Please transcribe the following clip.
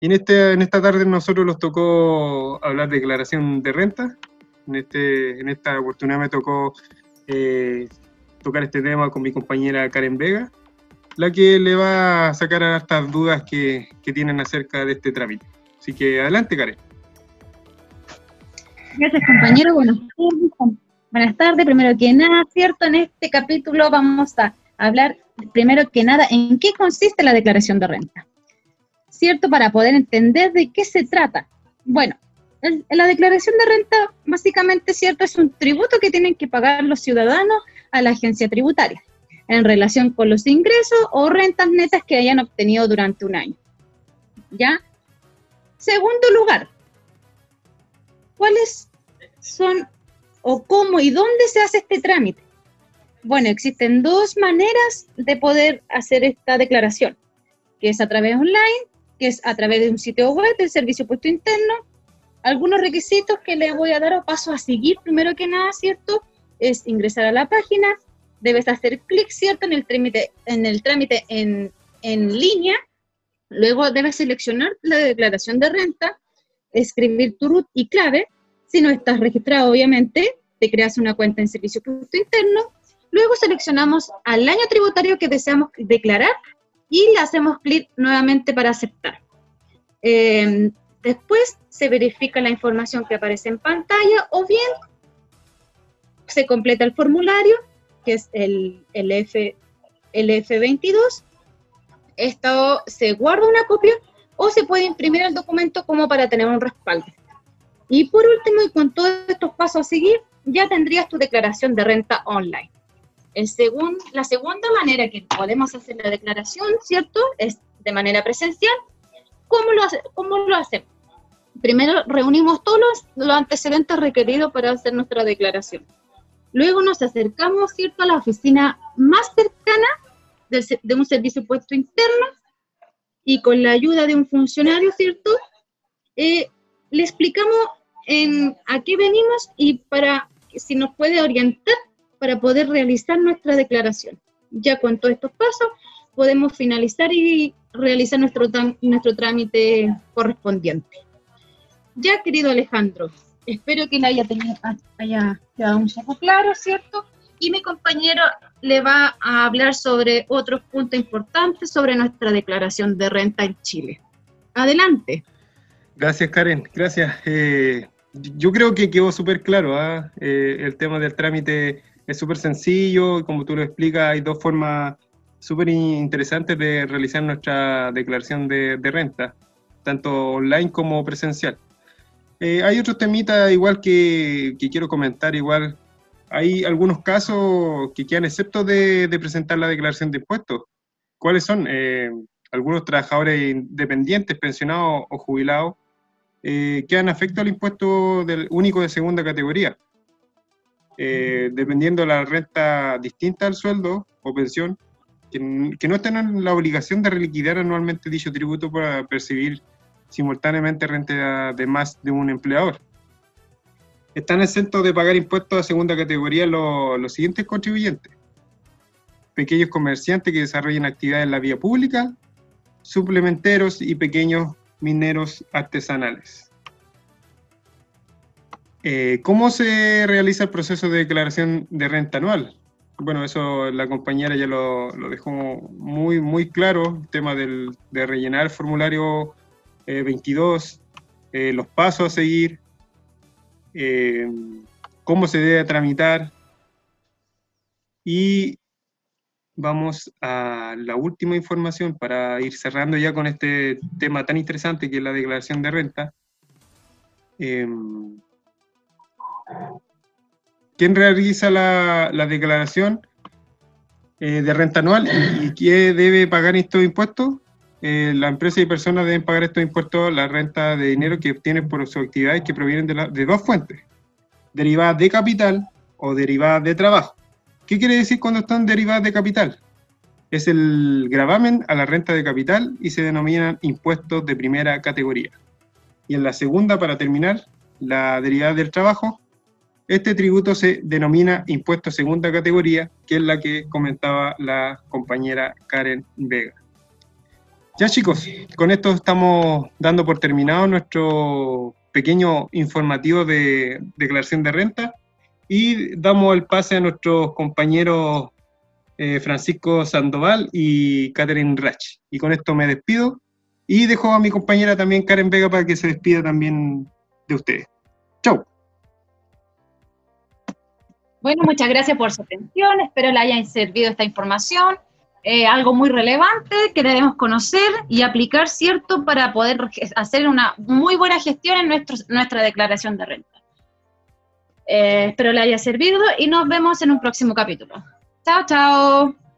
Y en esta tarde nosotros nos tocó hablar de declaración de renta. En esta oportunidad me tocó tocar este tema con mi compañera Karen Vega, la que le va a sacar a estas dudas que tienen acerca de este trámite. Así que adelante, Karen. Gracias, compañero. Buenas tardes. Primero que nada, ¿cierto? En este capítulo vamos a hablar, primero que nada, en qué consiste la declaración de renta, ¿cierto? Para poder entender de qué se trata. Bueno, la declaración de renta, básicamente, ¿cierto? Es un tributo que tienen que pagar los ciudadanos a la agencia tributaria en relación con los ingresos o rentas netas que hayan obtenido durante un año. ¿Ya? Segundo lugar, ¿cuáles son o cómo y dónde se hace este trámite? Bueno, existen dos maneras de poder hacer esta declaración, que es a través online, que es a través de un sitio web del Servicio de Impuesto Interno. Algunos requisitos que les voy a dar o paso a seguir, primero que nada, ¿cierto? Es ingresar a la página, debes hacer clic, ¿cierto? En el trámite en línea, luego debes seleccionar la declaración de renta, escribir tu RUT y clave. Si no estás registrado, obviamente, te creas una cuenta en Servicio de Impuesto Interno, luego seleccionamos al año tributario que deseamos declarar y le hacemos clic nuevamente para aceptar. Después se verifica la información que aparece en pantalla o bien se completa el formulario, que es el F22. Esto se guarda una copia o se puede imprimir el documento como para tener un respaldo. Y por último, y con todos estos pasos a seguir, ya tendrías tu declaración de renta online. La segunda manera que podemos hacer la declaración, ¿cierto?, es de manera presencial. ¿Cómo lo hacemos? Primero reunimos todos los antecedentes requeridos para hacer nuestra declaración. Luego nos acercamos, ¿cierto?, a la oficina más cercana de un servicio de impuesto interno y con la ayuda de un funcionario, ¿cierto?, le explicamos a qué venimos y para si nos puede orientar para poder realizar nuestra declaración. Ya con todos estos pasos podemos finalizar y realizar nuestro trámite correspondiente. Ya, querido Alejandro, espero que le haya quedado un poco claro, ¿cierto? Y mi compañero le va a hablar sobre otros puntos importantes sobre nuestra declaración de renta en Chile. Adelante. Gracias, Karen. Gracias. Yo creo que quedó súper claro, el tema del trámite es súper sencillo, y como tú lo explicas, hay dos formas súper interesantes de realizar nuestra declaración de renta, tanto online como presencial. Hay otros temitas igual que quiero comentar, igual hay algunos casos que quedan exceptos de presentar la declaración de impuestos. ¿Cuáles son? Algunos trabajadores independientes, pensionados o jubilados, quedan afectos al impuesto único de segunda categoría. Dependiendo de la renta distinta al sueldo o pensión, que no tienen la obligación de reliquidar anualmente dicho tributo para percibir simultáneamente renta de más de un empleador. Están exentos de pagar impuestos de segunda categoría los siguientes contribuyentes: pequeños comerciantes que desarrollen actividades en la vía pública, suplementeros y pequeños mineros artesanales. ¿Cómo se realiza el proceso de declaración de renta anual? Bueno, eso la compañera ya lo dejó muy claro, el tema de rellenar el formulario 22, los pasos a seguir, cómo se debe tramitar. Y vamos a la última información para ir cerrando ya con este tema tan interesante que es la declaración de renta. ¿Quién realiza la declaración de renta anual y quién debe pagar estos impuestos? La empresa y personas deben pagar estos impuestos, la renta de dinero que obtienen por sus actividades que provienen de dos fuentes: derivadas de capital o derivadas de trabajo. ¿Qué quiere decir cuando están derivadas de capital? Es el gravamen a la renta de capital y se denominan impuestos de primera categoría. Y en la segunda, para terminar, la derivada del trabajo, este tributo se denomina impuesto de segunda categoría, que es la que comentaba la compañera Karen Vega. Ya chicos, con esto estamos dando por terminado nuestro pequeño informativo de declaración de renta y damos el pase a nuestros compañeros Francisco Sandoval y Catherine Rach. Y con esto me despido y dejo a mi compañera también Karen Vega para que se despida también de ustedes. Chau. Bueno, muchas gracias por su atención, espero le haya servido esta información. Algo muy relevante que debemos conocer y aplicar, ¿cierto?, para poder hacer una muy buena gestión en nuestra declaración de renta. Espero le haya servido y nos vemos en un próximo capítulo. Chao, chao.